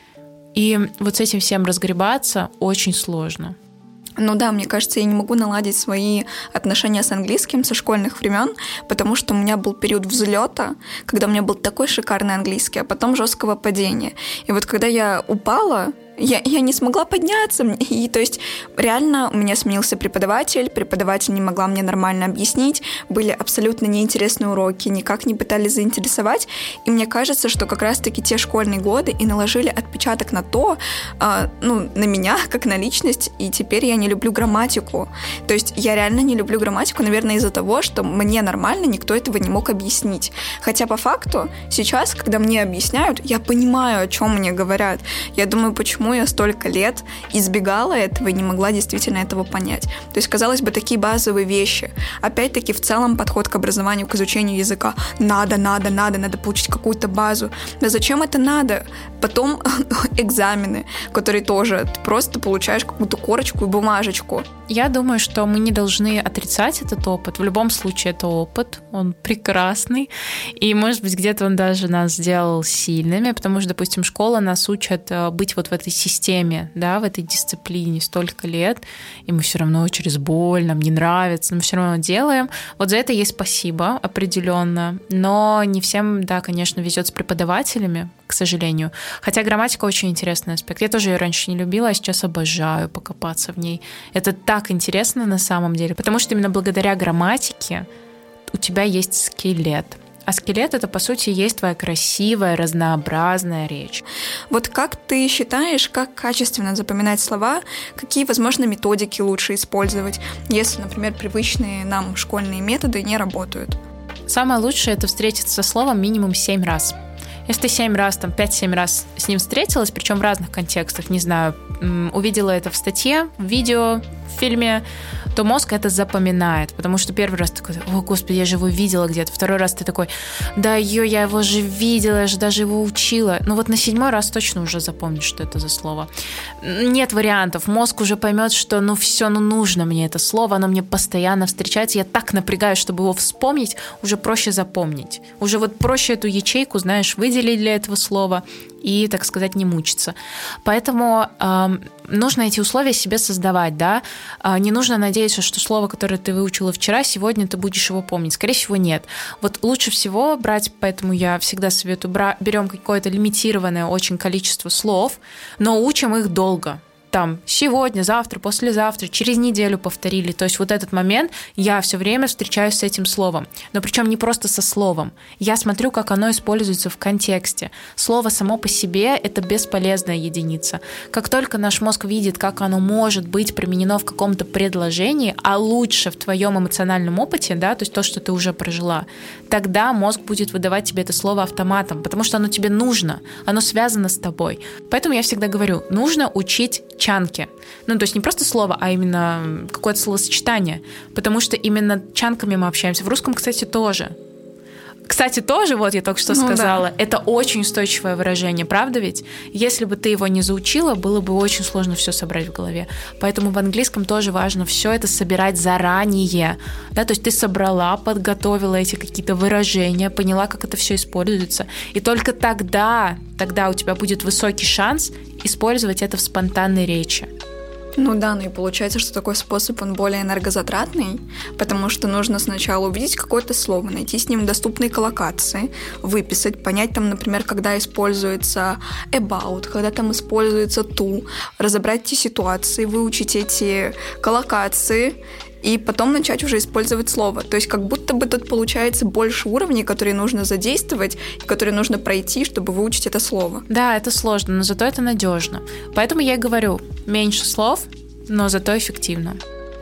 и вот с этим всем разгребаться очень сложно. Ну да, мне кажется, я не могу наладить свои отношения с английским со школьных времен, потому что у меня был период взлета, когда у меня был такой шикарный английский, а потом жесткого падения. И вот когда я упала, я, я не смогла подняться. И, то есть реально у меня сменился преподаватель, преподаватель не могла мне нормально объяснить, были абсолютно неинтересные уроки, никак не пытались заинтересовать. И мне кажется, что как раз-таки те школьные годы и наложили отпечаток на то, э, ну, на меня, как на личность, и теперь я не люблю грамматику. То есть я реально не люблю грамматику, наверное, из-за того, что мне нормально никто этого не мог объяснить. Хотя по факту сейчас, когда мне объясняют, я понимаю, о чем мне говорят. Я думаю, почему я столько лет избегала этого и не могла действительно этого понять. То есть, казалось бы, такие базовые вещи. Опять-таки, в целом подход к образованию, к изучению языка. Надо, надо, надо, надо получить какую-то базу. Да зачем это надо? Потом экзамены, которые тоже ты просто получаешь какую-то корочку и бумажечку. Я думаю, что мы не должны отрицать этот опыт. В любом случае, это опыт, он прекрасный. И, может быть, где-то он даже нас сделал сильными, потому что, допустим, школа нас учит быть вот в этой системе, да, в этой дисциплине столько лет, и мы все равно через боль, нам не нравится, но мы все равно делаем. Вот за это ей спасибо определенно. Но не всем, да, конечно, везет с преподавателями, к сожалению. Хотя грамматика очень интересный аспект. Я тоже ее раньше не любила, а сейчас обожаю покопаться в ней. Это так интересно на самом деле, потому что именно благодаря грамматике у тебя есть скелет. А скелет — это, по сути, есть твоя красивая, разнообразная речь. Вот как ты считаешь, как качественно запоминать слова, какие, возможно, методики лучше использовать, если, например, привычные нам школьные методы не работают? Самое лучшее — это встретиться со словом минимум семь раз. Если ты семь раз, там, пять-семь раз с ним встретилась, причем в разных контекстах, не знаю, увидела это в статье, в видео, в фильме, то мозг это запоминает, потому что первый раз ты такой: о, господи, я же его видела где-то. Второй раз ты такой: да, ё, я его же видела, я же даже его учила. Ну вот на седьмой раз точно уже запомнишь, что это за слово. Нет вариантов. Мозг уже поймет, что ну все, ну нужно мне это слово, оно мне постоянно встречается. Я так напрягаюсь, чтобы его вспомнить, уже проще запомнить. Уже вот проще эту ячейку, знаешь, выделить для этого слова и, так сказать, не мучиться. Поэтому э, нужно эти условия себе создавать, да. Э, не нужно надеяться, что слово, которое ты выучила вчера, сегодня ты будешь его помнить. Скорее всего, нет. Вот лучше всего брать, поэтому я всегда советую, бра- берем какое-то лимитированное очень количество слов, но учим их долго. Там сегодня, завтра, послезавтра, через неделю повторили. То есть вот этот момент я все время встречаюсь с этим словом. Но причем не просто со словом. Я смотрю, как оно используется в контексте. Слово само по себе — это бесполезная единица. Как только наш мозг видит, как оно может быть применено в каком-то предложении, а лучше в твоем эмоциональном опыте, да, то есть то, что ты уже прожила, тогда мозг будет выдавать тебе это слово автоматом, потому что оно тебе нужно, оно связано с тобой. Поэтому я всегда говорю, нужно учить чанки. Ну, то есть не просто слово, а именно какое-то словосочетание. Потому что именно чанками мы общаемся. В русском, кстати, тоже. Кстати, тоже, вот я только что ну, сказала, да. Это очень устойчивое выражение, правда ведь? Если бы ты его не заучила, было бы очень сложно все собрать в голове. Поэтому в английском тоже важно все это собирать заранее. Да? То есть ты собрала, подготовила эти какие-то выражения, поняла, как это все используется. И только тогда, тогда у тебя будет высокий шанс использовать это в спонтанной речи. Ну да, ну и получается, что такой способ, он более энергозатратный, потому что нужно сначала увидеть какое-то слово, найти с ним доступные коллокации, выписать, понять там, например, когда используется about, когда там используется to, разобрать эти ситуации, выучить эти коллокации, и потом начать уже использовать слово. То есть как будто бы тут получается больше уровней, которые нужно задействовать, и которые нужно пройти, чтобы выучить это слово. Да, это сложно, но зато это надежно. Поэтому я и говорю, меньше слов, но зато эффективно.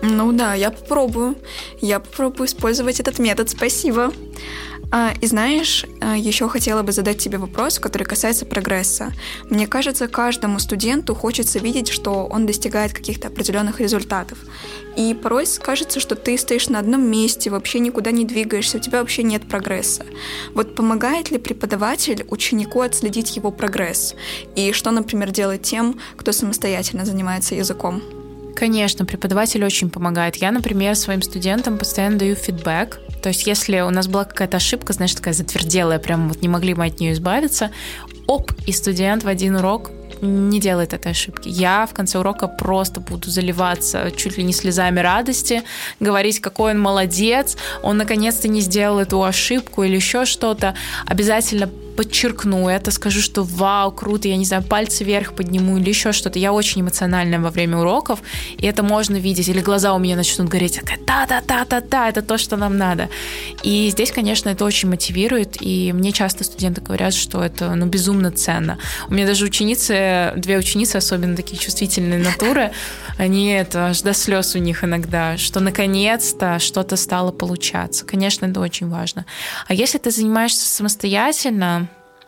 Ну да, я попробую. Я попробую использовать этот метод. Спасибо. А, и знаешь, еще хотела бы задать тебе вопрос, который касается прогресса. Мне кажется, каждому студенту хочется видеть, что он достигает каких-то определенных результатов. И порой кажется, что ты стоишь на одном месте, вообще никуда не двигаешься, у тебя вообще нет прогресса. Вот помогает ли преподаватель ученику отследить его прогресс? И что, например, делать тем, кто самостоятельно занимается языком? Конечно, преподаватель очень помогает. Я, например, своим студентам постоянно даю фидбэк. То есть если у нас была какая-то ошибка, знаешь, такая затверделая, прям вот не могли мы от нее избавиться, оп, и студент в один урок не делает этой ошибки. Я в конце урока просто буду заливаться чуть ли не слезами радости, говорить, какой он молодец, он наконец-то не сделал эту ошибку или еще что-то. Обязательно подчеркну это, скажу, что вау, круто, я не знаю, пальцы вверх подниму или еще что-то. Я очень эмоциональная во время уроков, и это можно видеть. Или глаза у меня начнут гореть. Та-та-та-та-та, это то, что нам надо. И здесь, конечно, это очень мотивирует, и мне часто студенты говорят, что это, ну, безумно ценно. У меня даже ученицы, две ученицы, особенно такие чувствительные натуры, они это аж до слез у них иногда, что наконец-то что-то стало получаться. Конечно, это очень важно. А если ты занимаешься самостоятельно,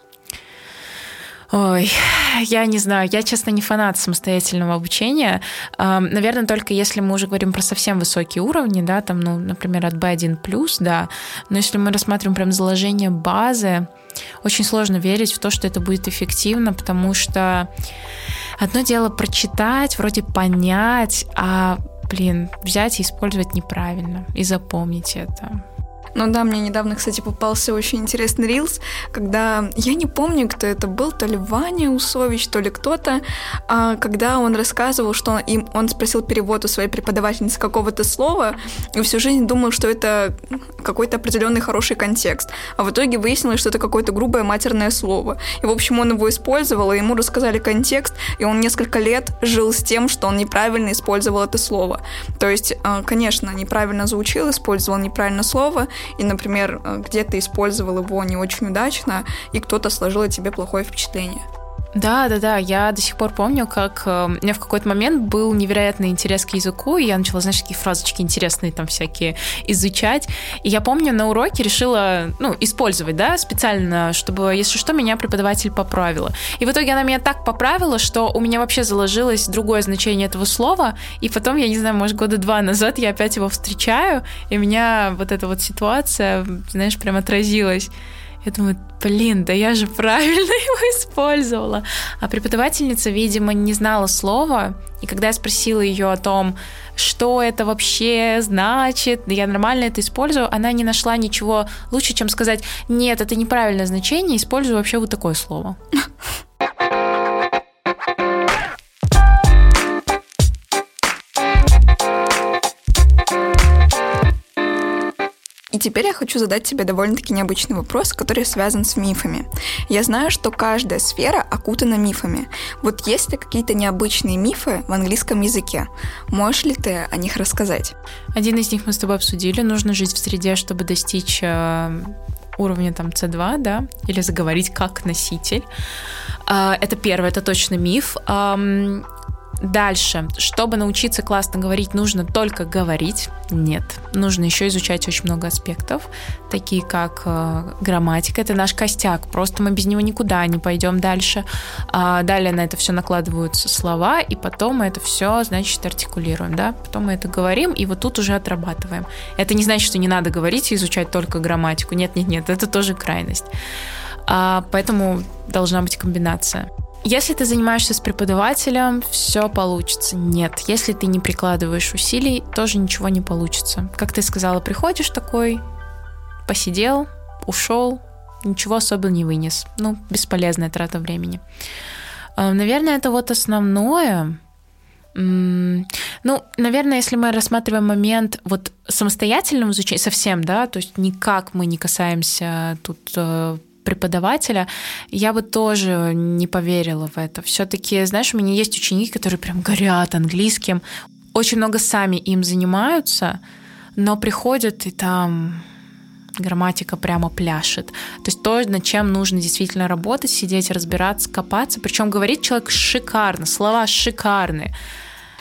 ой, я не знаю, я, честно, не фанат самостоятельного обучения. Наверное, только если мы уже говорим про совсем высокие уровни, да, там, ну, например, от би один плюс, да, но если мы рассматриваем прям заложение базы, очень сложно верить в то, что это будет эффективно, потому что одно дело прочитать, вроде понять, а, блин, взять и использовать неправильно, и запомнить это. Ну да, мне недавно, кстати, попался очень интересный рилс, когда, я не помню, кто это был, то ли Ваня Усович, то ли кто-то, а, когда он рассказывал, что им, он спросил перевод у своей преподавательницы какого-то слова, и всю жизнь думал, что это какой-то определенный хороший контекст, а в итоге выяснилось, что это какое-то грубое матерное слово. И, в общем, он его использовал, и ему рассказали контекст, и он несколько лет жил с тем, что он неправильно использовал это слово. То есть, конечно, неправильно заучил, использовал неправильно слово, и, например, где-то использовал его не очень удачно, и кто-то сложил о тебе плохое впечатление. Да, да, да, я до сих пор помню, как э, у меня в какой-то момент был невероятный интерес к языку, и я начала, знаешь, такие фразочки интересные там всякие изучать. И я помню, на уроке решила, ну, использовать, да, специально, чтобы, если что, меня преподаватель поправила. И в итоге она меня так поправила, что у меня вообще заложилось другое значение этого слова, и потом, я не знаю, может, года два назад я опять его встречаю, и у меня вот эта вот ситуация, знаешь, прям отразилась. Я думаю, блин, да я же правильно его использовала. А преподавательница, видимо, не знала слова. И когда я спросила ее о том, что это вообще значит, я нормально это использую, она не нашла ничего лучше, чем сказать, нет, это неправильное значение, использую вообще вот такое слово. И теперь я хочу задать тебе довольно-таки необычный вопрос, который связан с мифами. Я знаю, что каждая сфера окутана мифами. Вот есть ли какие-то необычные мифы в английском языке? Можешь ли ты о них рассказать? Один из них мы с тобой обсудили. Нужно жить в среде, чтобы достичь э, уровня там си два, да, или заговорить как носитель. Э, это первое, это точно миф. Э, Дальше. Чтобы научиться классно говорить, нужно только говорить. Нет. Нужно еще изучать очень много аспектов, такие как э, грамматика. Это наш костяк. Просто мы без него никуда не пойдем дальше. А далее на это все накладываются слова, и потом мы это все, значит, артикулируем. Да? Потом мы это говорим, и вот тут уже отрабатываем. Это не значит, что не надо говорить и изучать только грамматику. Нет-нет-нет, это тоже крайность. А, поэтому должна быть комбинация. Если ты занимаешься с преподавателем, все получится. Нет, если ты не прикладываешь усилий, тоже ничего не получится. Как ты сказала, приходишь такой, посидел, ушел, ничего особо не вынес. Ну, бесполезная трата времени. Наверное, это вот основное. Ну, наверное, если мы рассматриваем момент вот самостоятельного изучения, совсем, да, то есть никак мы не касаемся тут преподавателя, я бы тоже не поверила в это. Все-таки, знаешь, у меня есть ученики, которые прям горят английским, очень много сами им занимаются, но приходят, и там грамматика прямо пляшет. То есть то, над чем нужно действительно работать, сидеть, разбираться, копаться. Причем говорит человек шикарно, слова шикарные.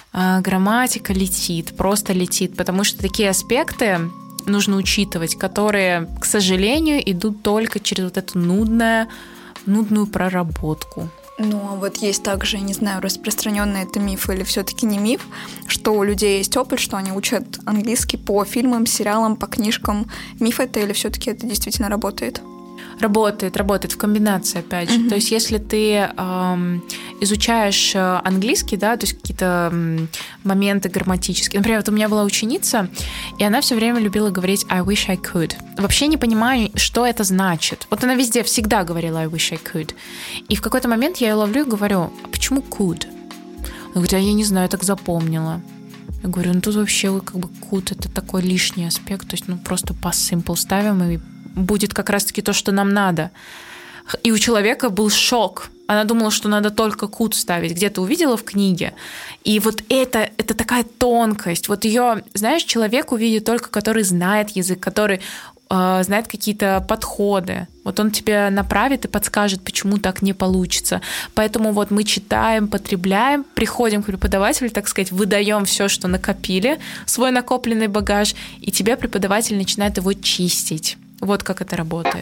грамматика летит, просто летит, потому что такие аспекты нужно учитывать, которые, к сожалению, идут только через вот эту нудную, нудную проработку. Ну, а вот есть также, не знаю, распространенный это миф или все-таки не миф, что у людей есть опыт, что они учат английский по фильмам, сериалам, по книжкам. Миф это или все-таки это действительно работает? Работает, работает в комбинации, опять же. Mm-hmm. То есть, если ты эм, изучаешь английский, да, то есть какие-то м, моменты грамматические. Например, вот у меня была ученица, и она все время любила говорить «I wish I could». Вообще не понимаю, что это значит. Вот она везде всегда говорила «I wish I could». И в какой-то момент я ее ловлю и говорю: а почему could? Она говорит: а я не знаю, я так запомнила. Я говорю: ну тут вообще как бы could — это такой лишний аспект, то есть ну просто past simple ставим, и будет как раз-таки то, что нам надо. И у человека был шок. Она думала, что надо только could ставить. Где-то увидела в книге. И вот это, это такая тонкость. Вот ее, знаешь, человек увидит только, который знает язык, который э, знает какие-то подходы. Вот он тебе направит и подскажет, почему так не получится. Поэтому вот мы читаем, потребляем, приходим к преподавателю, так сказать, выдаем все, что накопили, свой накопленный багаж, и тебе преподаватель начинает его чистить. Вот как это работает.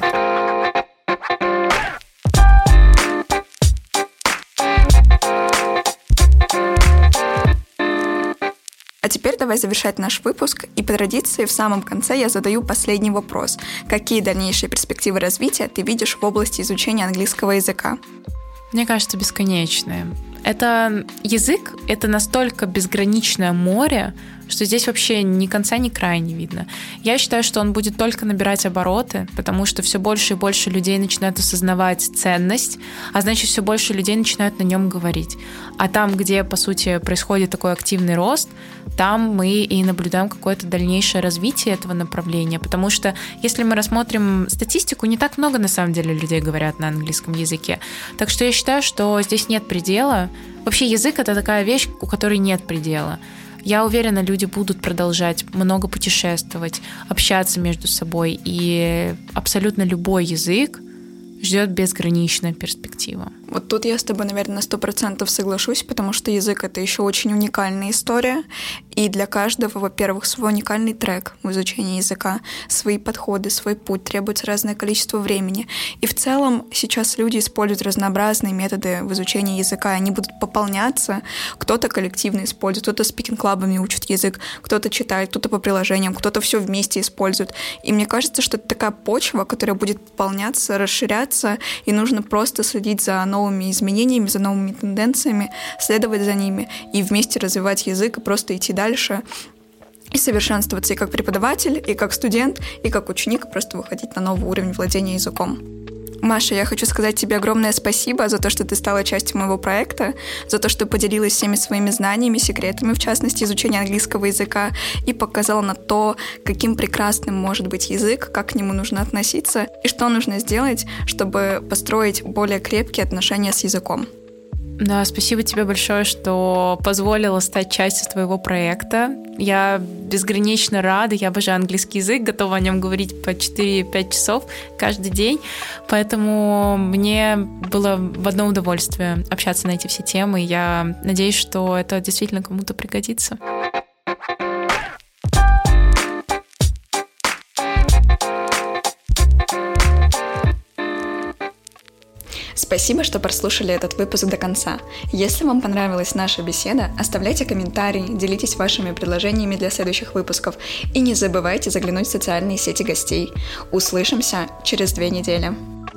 А теперь давай завершать наш выпуск, и по традиции в самом конце я задаю последний вопрос. Какие дальнейшие перспективы развития ты видишь в области изучения английского языка? Мне кажется, бесконечные. Это язык, это настолько безграничное море, что здесь вообще ни конца, ни края не видно. Я считаю, что он будет только набирать обороты, потому что все больше и больше людей начинают осознавать ценность, а значит, все больше людей начинают на нем говорить. А там, где, по сути, происходит такой активный рост, там мы и наблюдаем какое-то дальнейшее развитие этого направления, потому что, если мы рассмотрим статистику, не так много, на самом деле, людей говорят на английском языке. Так что я считаю, что здесь нет предела. Вообще язык — это такая вещь, у которой нет предела. Я уверена, люди будут продолжать много путешествовать, общаться между собой, и абсолютно любой язык ждет безграничная перспектива. Вот тут я с тобой, наверное, на сто процентов соглашусь, потому что язык — это еще очень уникальная история, и для каждого, во-первых, свой уникальный трек в изучении языка, свои подходы, свой путь, требуется разное количество времени. И в целом сейчас люди используют разнообразные методы в изучении языка, и они будут пополняться. Кто-то коллективно использует, кто-то спикинг-клабами учит язык, кто-то читает, кто-то по приложениям, кто-то все вместе использует. И мне кажется, что это такая почва, которая будет пополняться, расширяться, и нужно просто следить за новыми изменениями, за новыми тенденциями, следовать за ними и вместе развивать язык и просто идти дальше и совершенствоваться и как преподаватель, и как студент, и как ученик, просто выходить на новый уровень владения языком. Маша, я хочу сказать тебе огромное спасибо за то, что ты стала частью моего проекта, за то, что поделилась всеми своими знаниями, секретами, в частности, изучения английского языка, и показала на то, каким прекрасным может быть язык, как к нему нужно относиться, и что нужно сделать, чтобы построить более крепкие отношения с языком. Да, спасибо тебе большое, что позволила стать частью твоего проекта. Я безгранично рада, я обожаю английский язык, готова о нем говорить по четыре-пять часов каждый день, поэтому мне было в одно удовольствие общаться на эти все темы. Я надеюсь, что это действительно кому-то пригодится. Спасибо, что прослушали этот выпуск до конца. Если вам понравилась наша беседа, оставляйте комментарии, делитесь вашими предложениями для следующих выпусков и не забывайте заглянуть в социальные сети гостей. Услышимся через две недели.